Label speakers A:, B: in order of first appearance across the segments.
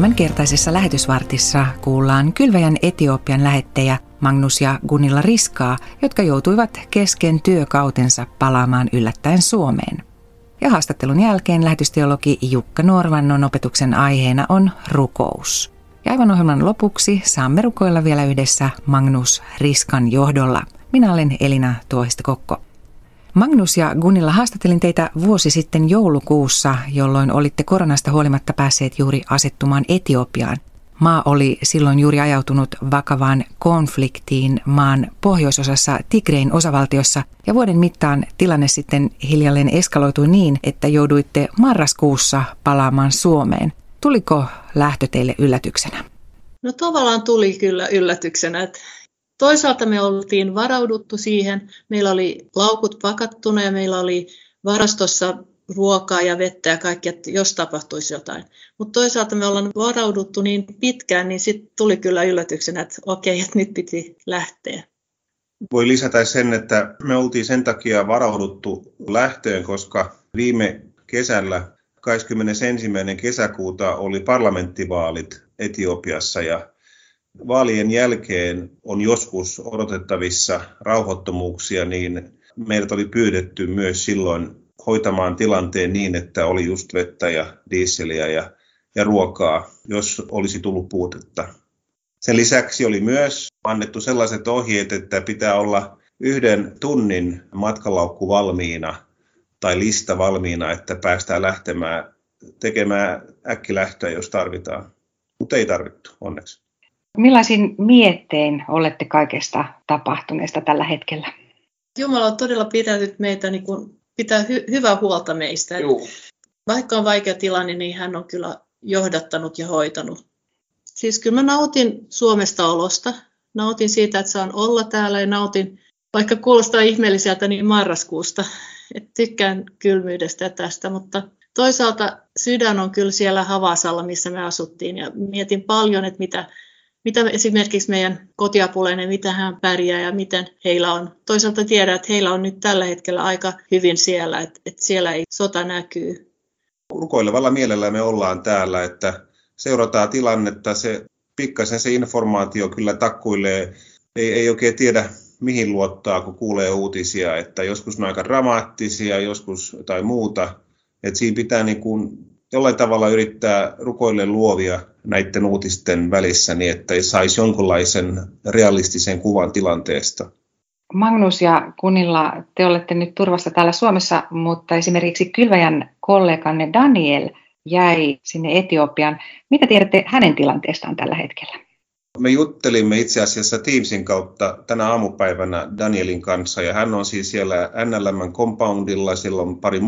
A: Tämänkertaisessa lähetysvartissa kuullaan Kylväjän Etiopian lähettejä Magnus ja Gunilla Riskaa, jotka joutuivat kesken työkautensa palaamaan yllättäen Suomeen. Ja haastattelun jälkeen lähetysteologi Jukka Nuorvannon opetuksen aiheena on rukous. Ja aivan ohjelman lopuksi saamme rukoilla vielä yhdessä Magnus Riskan johdolla. Minä olen Elina Tuohista-Kokko. Magnus ja Gunilla, haastattelin teitä vuosi sitten joulukuussa, jolloin olitte koronasta huolimatta päässeet juuri asettumaan Etiopiaan. Maa oli silloin juuri ajautunut vakavaan konfliktiin maan pohjoisosassa Tigrein osavaltiossa, ja vuoden mittaan tilanne sitten hiljalleen eskaloitui niin, että jouduitte marraskuussa palaamaan Suomeen. Tuliko lähtö teille yllätyksenä?
B: No tavallaan tuli kyllä yllätyksenä. Että toisaalta me oltiin varauduttu siihen. Meillä oli laukut pakattuna ja meillä oli varastossa ruokaa ja vettä ja kaikki, että jos tapahtuisi jotain. Mutta toisaalta me ollaan varauduttu niin pitkään, niin sitten tuli kyllä yllätyksenä, että okei, että nyt piti lähteä.
C: Voi lisätä sen, että me oltiin sen takia varauduttu lähtöön, koska viime kesällä 21. kesäkuuta oli parlamenttivaalit Etiopiassa ja vaalien jälkeen on joskus odotettavissa rauhattomuuksia, niin meidät oli pyydetty myös silloin hoitamaan tilanteen niin, että oli just vettä ja dieseliä ja ruokaa, jos olisi tullut puutetta. Sen lisäksi oli myös annettu sellaiset ohjeet, että pitää olla 1 tunnin matkalaukku valmiina tai lista valmiina, että päästään lähtemään tekemään äkkilähtöä, jos tarvitaan. Mutta ei tarvittu, onneksi.
A: Millaisin miettein olette kaikesta tapahtuneesta tällä hetkellä?
B: Jumala on todella pitänyt meitä, niin kuin pitää hyvää huolta meistä. Vaikka on vaikea tilanne, niin hän on kyllä johdattanut ja hoitanut. Siis kyllä mä nautin Suomesta olosta. Nautin siitä, että saan olla täällä ja nautin, vaikka kuulostaa ihmeelliseltä, niin marraskuusta. Et tykkään kylmyydestä ja tästä, mutta toisaalta sydän on kyllä siellä Havasalla, missä me asuttiin. Ja mietin paljon, että mitä esimerkiksi meidän kotiapulainen, mitä hän pärjää ja miten heillä on. Toisaalta tiedän, että heillä on nyt tällä hetkellä aika hyvin siellä, että siellä ei sota näkyy.
C: Rukoilevalla mielellä me ollaan täällä, että seurataan tilannetta. Pikkasen se informaatio kyllä takkuilee. Ei oikein tiedä, mihin luottaa, kun kuulee uutisia. Että joskus ne on aika dramaattisia, joskus jotain muuta. Että siinä pitää niin kuin jollain tavalla yrittää rukoille luovia näiden uutisten välissä, niin että saisi jonkunlaisen realistisen kuvan tilanteesta.
A: Magnus ja Gunilla, te olette nyt turvassa täällä Suomessa, mutta esimerkiksi Kylväjän kolleganne Daniel jäi sinne Etiopiaan. Mitä tiedätte hänen tilanteestaan tällä hetkellä?
C: Me juttelimme itse asiassa Teamsin kautta tänä aamupäivänä Danielin kanssa, ja hän on siis siellä NLM:n compoundilla, sillä on pari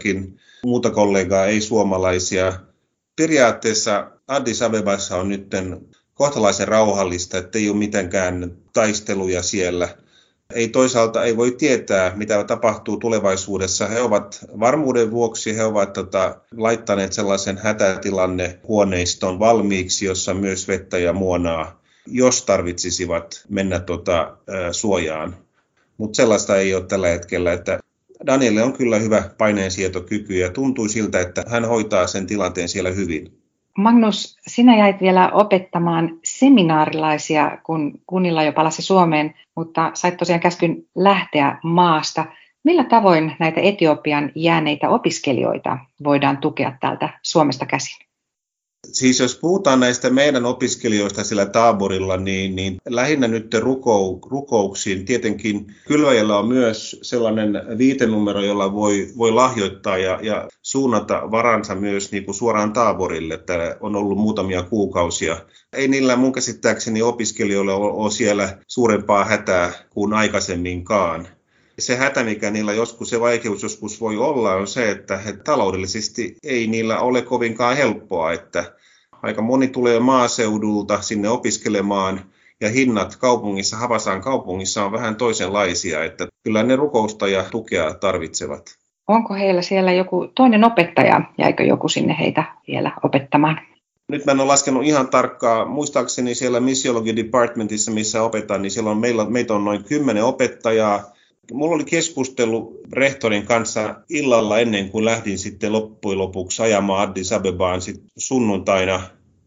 C: muuta kollegaa, ei suomalaisia. Periaatteessa Addis Abebassa on nyt kohtalaisen rauhallista, ettei ole mitenkään taisteluja siellä. Toisaalta ei voi tietää, mitä tapahtuu tulevaisuudessa. He ovat varmuuden vuoksi laittaneet sellaisen hätätilannehuoneiston valmiiksi, jossa on myös vettä ja muonaa, jos tarvitsisivat mennä suojaan. Mutta sellaista ei ole tällä hetkellä, että Danielle on kyllä hyvä paineensietokyky ja tuntui siltä, että hän hoitaa sen tilanteen siellä hyvin.
A: Magnus, sinä jäit vielä opettamaan seminaarilaisia, kun Gunilla jo palasi Suomeen, mutta sait tosiaan käskyn lähteä maasta. Millä tavoin näitä Etiopian jääneitä opiskelijoita voidaan tukea täältä Suomesta käsin?
C: Siis jos puhutaan näistä meidän opiskelijoista sillä taaborilla, niin lähinnä nyt rukouksiin. Tietenkin Kylväjällä on myös sellainen viitenumero, jolla voi lahjoittaa ja suunnata varansa myös niin kuin suoraan taaborille. Että on ollut muutamia kuukausia. Ei niillä mun käsittääkseni opiskelijoilla ole siellä suurempaa hätää kuin aikaisemminkaan. Se hätä, mikä niillä se vaikeus joskus voi olla, on se, että taloudellisesti ei niillä ole kovinkaan helppoa, että aika moni tulee maaseudulta sinne opiskelemaan ja hinnat kaupungissa, Havasan kaupungissa on vähän toisenlaisia, että kyllä ne rukousta ja tukea tarvitsevat.
A: Onko heillä siellä joku toinen opettaja, jäikö joku sinne heitä vielä opettamaan?
C: Nyt mä en ole laskenut ihan tarkkaa. Muistaakseni siellä Missiology Departmentissa, missä opetan, niin siellä on meitä on noin 10 opettajaa. Mulla oli keskustelu rehtorin kanssa illalla ennen kuin lähdin sitten loppujen lopuksi ajamaan Addis Abebaan sunnuntaina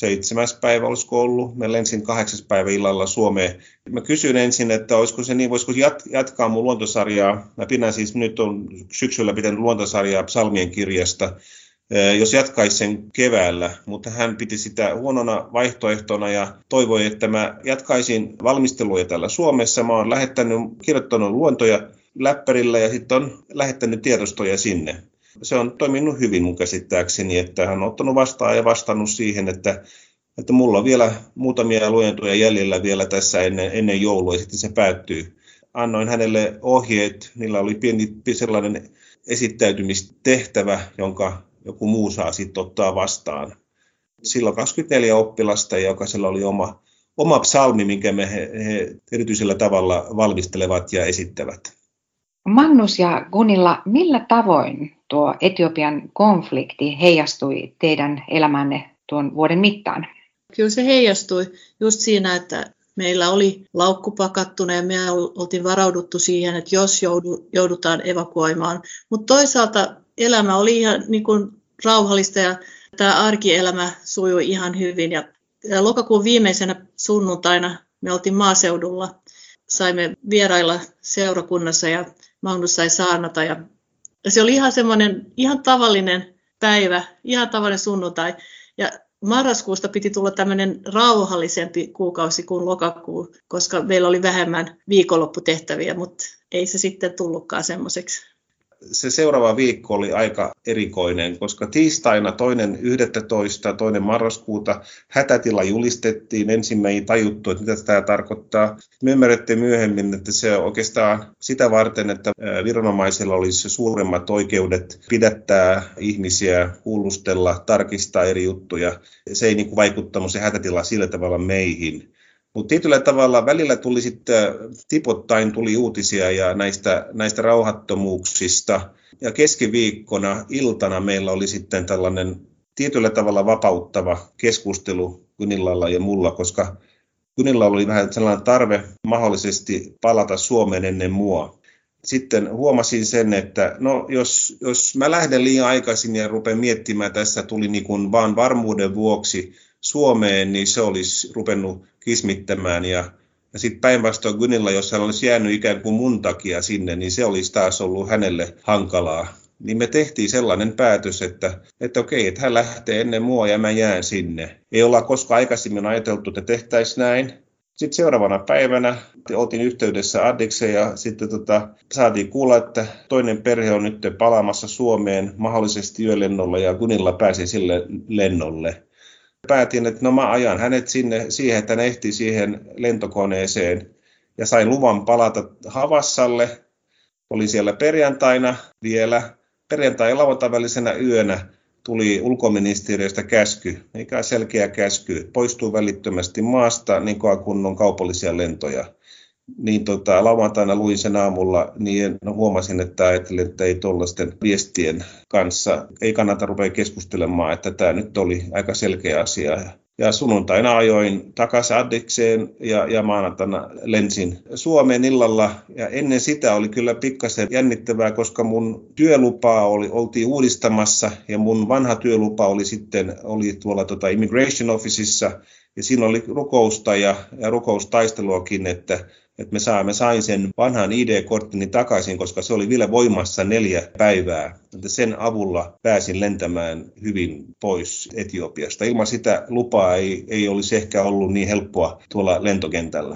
C: 7. päivä olisiko ollut. Mä lensin 8. päivä illalla Suomeen. Mä kysyin ensin, että olisiko se niin, voisiko jatkaa mun luontosarjaa. Mä pidän siis, nyt on syksyllä pitänyt luontosarjaa Psalmien kirjasta, jos jatkaisi sen keväällä, mutta hän piti sitä huonona vaihtoehtona ja toivoi, että mä jatkaisin valmisteluja täällä Suomessa. Mä oon kirjoittanut luontoja läppärillä ja sitten on lähettänyt tiedostoja sinne. Se on toiminut hyvin mun käsittääkseni, että hän on ottanut vastaan ja vastannut siihen, että mulla on vielä muutamia luentoja jäljellä vielä tässä ennen joulua ja sitten se päättyy. Annoin hänelle ohjeet, niillä oli pieni sellainen esittäytymistehtävä, jonka joku muu saa sitten ottaa vastaan. Silloin 24 oppilasta ja jokaisella oli oma psalmi, minkä he erityisellä tavalla valmistelevat ja esittävät.
A: Magnus ja Gunilla, millä tavoin tuo Etiopian konflikti heijastui teidän elämänne tuon vuoden mittaan?
B: Kyllä se heijastui just siinä, että meillä oli laukku pakattuna ja me oltiin varauduttu siihen, että jos joudutaan evakuoimaan. Mutta toisaalta elämä oli ihan niin kuin rauhallista ja tämä arkielämä sujui ihan hyvin. Ja lokakuun viimeisenä sunnuntaina me oltiin maaseudulla, saimme vierailla seurakunnassa ja Magnus sai saarnata. Ja se oli ihan semmoinen ihan tavallinen päivä, ihan tavallinen sunnuntai. Ja marraskuusta piti tulla tämmöinen rauhallisempi kuukausi kuin lokakuu, koska meillä oli vähemmän viikonlopputehtäviä, mutta ei se sitten tullutkaan semmoiseksi.
C: Se seuraava viikko oli aika erikoinen, koska tiistaina 2.11. 2. marraskuuta hätätila julistettiin. Ensin me ei tajuttu, että mitä tämä tarkoittaa. Me ymmärrettiin myöhemmin, että se on oikeastaan sitä varten, että viranomaisilla olisi suuremmat oikeudet pidättää ihmisiä, kuulustella, tarkistaa eri juttuja. Se ei vaikuttanut se hätätila sillä tavalla meihin. Mutta tietyllä tavalla välillä tuli sitten tipottain tuli uutisia ja näistä rauhattomuuksista. Ja keskiviikkona iltana meillä oli sitten tällainen tietyllä tavalla vapauttava keskustelu Gunillalla ja mulla, koska Gunillalla oli vähän sellainen tarve mahdollisesti palata Suomeen ennen mua. Sitten huomasin sen, että no jos mä lähden liian aikaisin ja rupean miettimään, tässä tuli niin kuin vaan varmuuden vuoksi Suomeen, niin se olisi rupennut kismittämään. Ja sitten päinvastoin Gunilla, jos hän olisi jäänyt ikään kuin mun takia sinne, niin se olisi taas ollut hänelle hankalaa. Niin me tehtiin sellainen päätös, että okei, että hän lähtee ennen mua ja mä jään sinne. Ei olla koskaan aikaisemmin ajateltu, että tehtäisiin näin. Sitten seuraavana päivänä oltiin yhteydessä Addikseen ja sitten saatiin kuulla, että toinen perhe on nyt palaamassa Suomeen mahdollisesti yölennolla ja Gunilla pääsi sille lennolle. Päätin, että no mä ajan hänet siihen, että hän ehti siihen lentokoneeseen ja sain luvan palata Havassalle. Olin siellä perjantaina vielä. Perjantai- ja lauantain välisenä yönä tuli ulkoministeriöstä käsky, mikä selkeä käsky, poistuu välittömästi maasta niin kun on kaupallisia lentoja. Niin lauantaina luin sen aamulla, niin huomasin, että ajattelin, että ei tuollaisten viestien kanssa ei kannata rupea keskustelemaan, että tämä nyt oli aika selkeä asia. Ja sunnuntaina ajoin takaisin Addikseen ja maanantaina lensin Suomeen illalla. Ja ennen sitä oli kyllä pikkasen jännittävää, koska mun työlupaa oltiin uudistamassa ja mun vanha työlupa oli tuolla Immigration Officeissa. Ja siinä oli rukousta ja rukoustaisteluakin, että mä sain sen vanhan ID-korttini takaisin, koska se oli vielä voimassa 4 päivää. Että sen avulla pääsin lentämään hyvin pois Etiopiasta. Ilman sitä lupaa ei olisi ehkä ollut niin helppoa tuolla lentokentällä.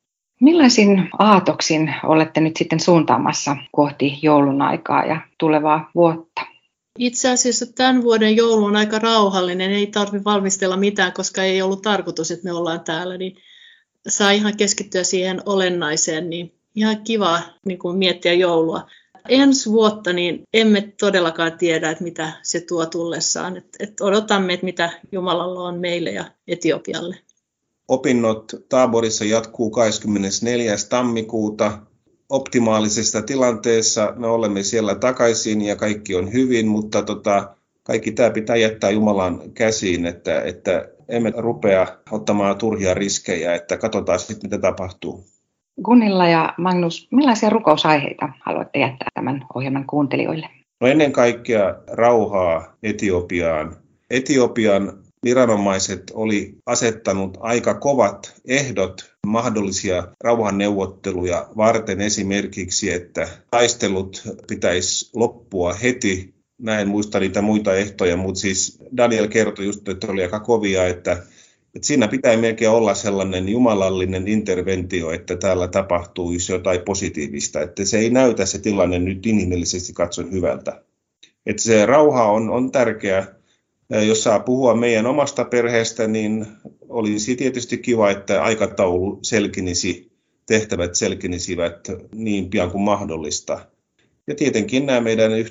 A: Millaisin aatoksin olette nyt sitten suuntaamassa kohti joulun aikaa ja tulevaa vuotta?
B: Itse asiassa tämän vuoden joulu on aika rauhallinen, ei tarvitse valmistella mitään, koska ei ollut tarkoitus, että me ollaan täällä, niin saa ihan keskittyä siihen olennaiseen, niin ihan kiva niin kuin miettiä joulua. Ensi vuotta niin emme todellakaan tiedä, että mitä se tuo tullessaan, että odotamme, että mitä Jumalalla on meille ja Etiopialle.
C: Opinnot Taaborissa jatkuu 24. tammikuuta. Optimaalisessa tilanteessa me olemme siellä takaisin ja kaikki on hyvin, mutta kaikki tämä pitää jättää Jumalan käsiin, että emme rupea ottamaan turhia riskejä, että katsotaan sitten mitä tapahtuu.
A: Gunilla ja Magnus, millaisia rukousaiheita haluatte jättää tämän ohjelman kuuntelijoille?
C: No ennen kaikkea rauhaa Etiopiaan. Etiopian viranomaiset oli asettanut aika kovat ehdot mahdollisia rauhanneuvotteluja varten, esimerkiksi, että taistelut pitäisi loppua heti. Mä en muista niitä muita ehtoja, mutta siis Daniel kertoi just, että oli aika kovia, että siinä pitää melkein olla sellainen jumalallinen interventio, että täällä tapahtuisi jotain positiivista, että se ei näytä se tilanne nyt inhimillisesti katsoen hyvältä. Että se rauha on tärkeä. Jos saa puhua meidän omasta perheestä, niin olisi tietysti kiva, että aikataulu selkinisi, tehtävät selkinisivät niin pian kuin mahdollista. Ja tietenkin nämä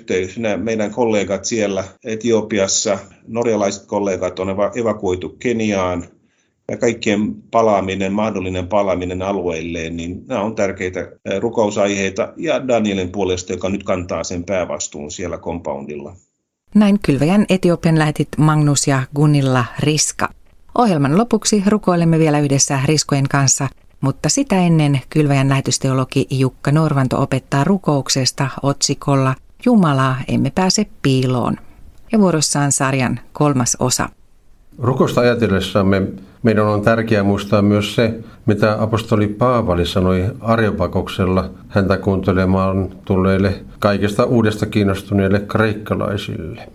C: meidän kollegat siellä Etiopiassa, norjalaiset kollegat on evakuoitu Keniaan ja kaikkien mahdollinen palaaminen alueilleen, niin nämä on tärkeitä rukousaiheita ja Danielin puolesta, joka nyt kantaa sen päävastuun siellä compoundilla.
A: Näin Kylväjän Etiopian lähetit Magnus ja Gunilla Riska. Ohjelman lopuksi rukoilemme vielä yhdessä Riskojen kanssa, mutta sitä ennen Kylväjän lähetysteologi Jukka Norvanto opettaa rukouksesta otsikolla Jumalaa emme pääse piiloon. Ja vuorossaan sarjan 3. osa.
D: Rukousta ajatellessamme meidän on tärkeää muistaa myös se, mitä apostoli Paavali sanoi Areopagoksella häntä kuuntelemaan tulleille kaikesta uudesta kiinnostuneille kreikkalaisille.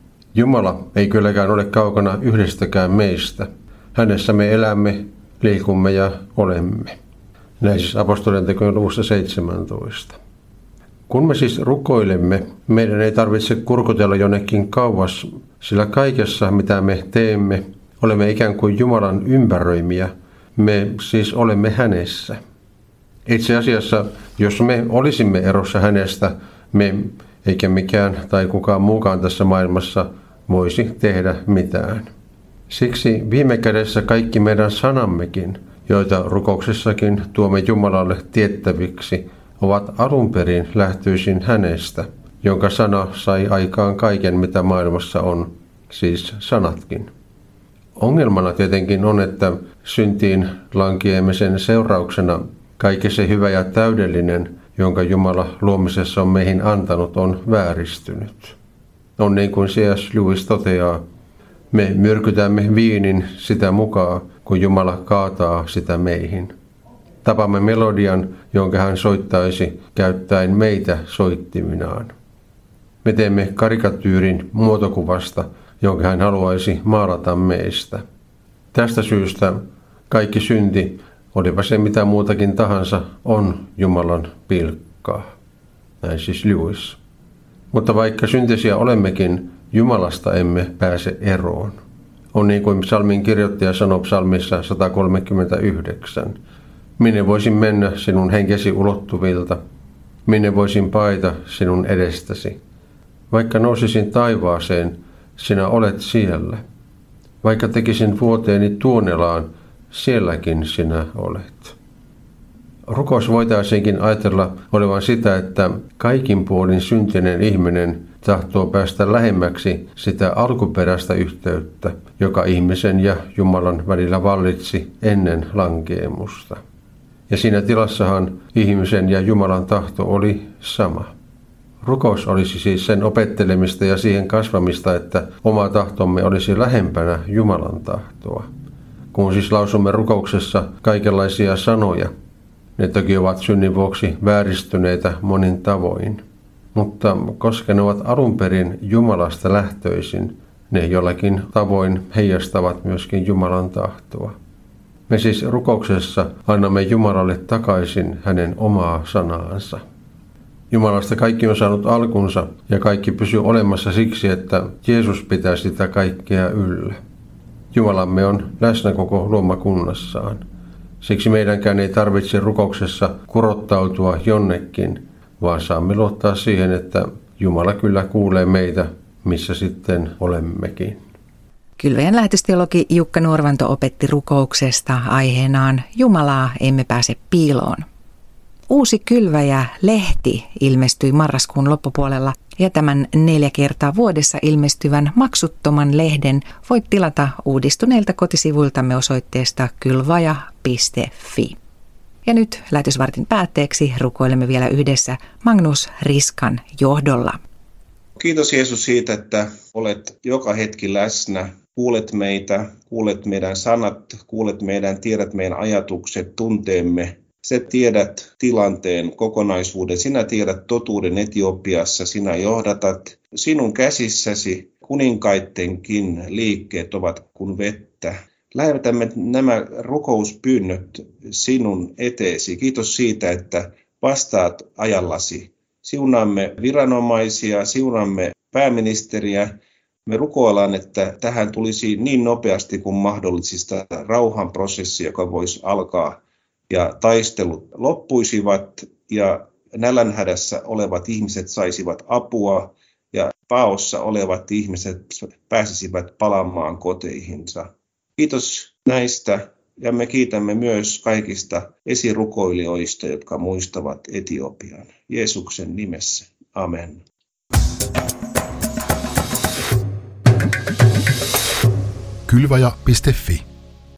D: Jumala ei kylläkään ole kaukana yhdestäkään meistä. Hänessä me elämme, liikumme ja olemme. Näin siis apostolien tekojen luvussa 17. Kun me siis rukoilemme, meidän ei tarvitse kurkutella jonnekin kauas, sillä kaikessa mitä me teemme, olemme ikään kuin Jumalan ympäröimiä. Me siis olemme hänessä. Itse asiassa, jos me olisimme erossa hänestä, me eikä mikään tai kukaan muukaan tässä maailmassa voisi tehdä mitään. Siksi viime kädessä kaikki meidän sanammekin, joita rukouksessakin tuomme Jumalalle tiettäviksi, ovat alun perin lähtöisin hänestä, jonka sana sai aikaan kaiken, mitä maailmassa on, siis sanatkin. Ongelmana tietenkin on, että syntiin lankeamisen seurauksena kaikki se hyvä ja täydellinen, jonka Jumala luomisessa on meihin antanut, on vääristynyt. On niin kuin C.S. Lewis toteaa, me myrkytämme viinin sitä mukaan, kun Jumala kaataa sitä meihin. Tapamme melodian, jonka hän soittaisi käyttäen meitä soittiminaan. Me teemme karikatyyrin muotokuvasta, jonka hän haluaisi maalata meistä. Tästä syystä kaikki synti, olipa se mitä muutakin tahansa, on Jumalan pilkkaa. Näin siis Lewis. Mutta vaikka syntisiä olemmekin, Jumalasta emme pääse eroon. On niin kuin psalmin kirjoittaja sanoo psalmissa 139. Minne voisin mennä sinun henkesi ulottuvilta? Minne voisin paeta sinun edestäsi? Vaikka nousisin taivaaseen, sinä olet siellä. Vaikka tekisin vuoteeni Tuonelaan, sielläkin sinä olet. Rukous voitaisiinkin ajatella olevan sitä, että kaikin puolin syntinen ihminen tahtoo päästä lähemmäksi sitä alkuperäistä yhteyttä, joka ihmisen ja Jumalan välillä vallitsi ennen lankeemusta. Ja siinä tilassahan ihmisen ja Jumalan tahto oli sama. Rukous olisi siis sen opettelemista ja siihen kasvamista, että oma tahtomme olisi lähempänä Jumalan tahtoa. Kun siis lausumme rukouksessa kaikenlaisia sanoja, ne toki ovat synnin vuoksi vääristyneitä monin tavoin. Mutta koska ne ovat alun perin Jumalasta lähtöisin, ne jollakin tavoin heijastavat myöskin Jumalan tahtoa. Me siis rukouksessa annamme Jumalalle takaisin hänen omaa sanaansa. Jumalasta kaikki on saanut alkunsa ja kaikki pysyy olemassa siksi, että Jeesus pitää sitä kaikkea yllä. Jumalamme on läsnä koko luomakunnassaan. Siksi meidänkään ei tarvitse rukouksessa kurottautua jonnekin, vaan saamme luottaa siihen, että Jumala kyllä kuulee meitä, missä sitten olemmekin.
A: Kylväjän lähetysteologi Jukka Norvanto opetti rukouksesta aiheenaan Jumalaa emme pääse piiloon. Uusi Kylväjä-lehti ilmestyi marraskuun loppupuolella ja tämän 4 kertaa vuodessa ilmestyvän maksuttoman lehden voit tilata uudistuneilta kotisivuiltamme osoitteesta kylvaja.fi. Ja nyt lähetysvartin päätteeksi rukoilemme vielä yhdessä Magnus Riskan johdolla.
C: Kiitos Jeesus siitä, että olet joka hetki läsnä kuulet meitä, kuulet meidän sanat, kuulet meidän, tiedät meidän ajatukset, tunteemme. Sä tiedät tilanteen kokonaisuuden, sinä tiedät totuuden Etiopiassa, sinä johdatat. Sinun käsissäsi kuninkaittenkin liikkeet ovat kuin vettä. Lähetämme nämä rukouspyynnöt sinun eteesi. Kiitos siitä, että vastaat ajallasi. Siunaamme viranomaisia, siunaamme pääministeriä. Me rukoillaan, että tähän tulisi niin nopeasti kuin mahdollisista rauhanprosessi, joka voisi alkaa ja taistelut loppuisivat ja nälänhädässä olevat ihmiset saisivat apua ja paossa olevat ihmiset pääsisivät palaamaan koteihinsa. Kiitos näistä ja me kiitämme myös kaikista esirukoilijoista, jotka muistavat Etiopian. Jeesuksen nimessä. Amen.
E: Kylvaja.fi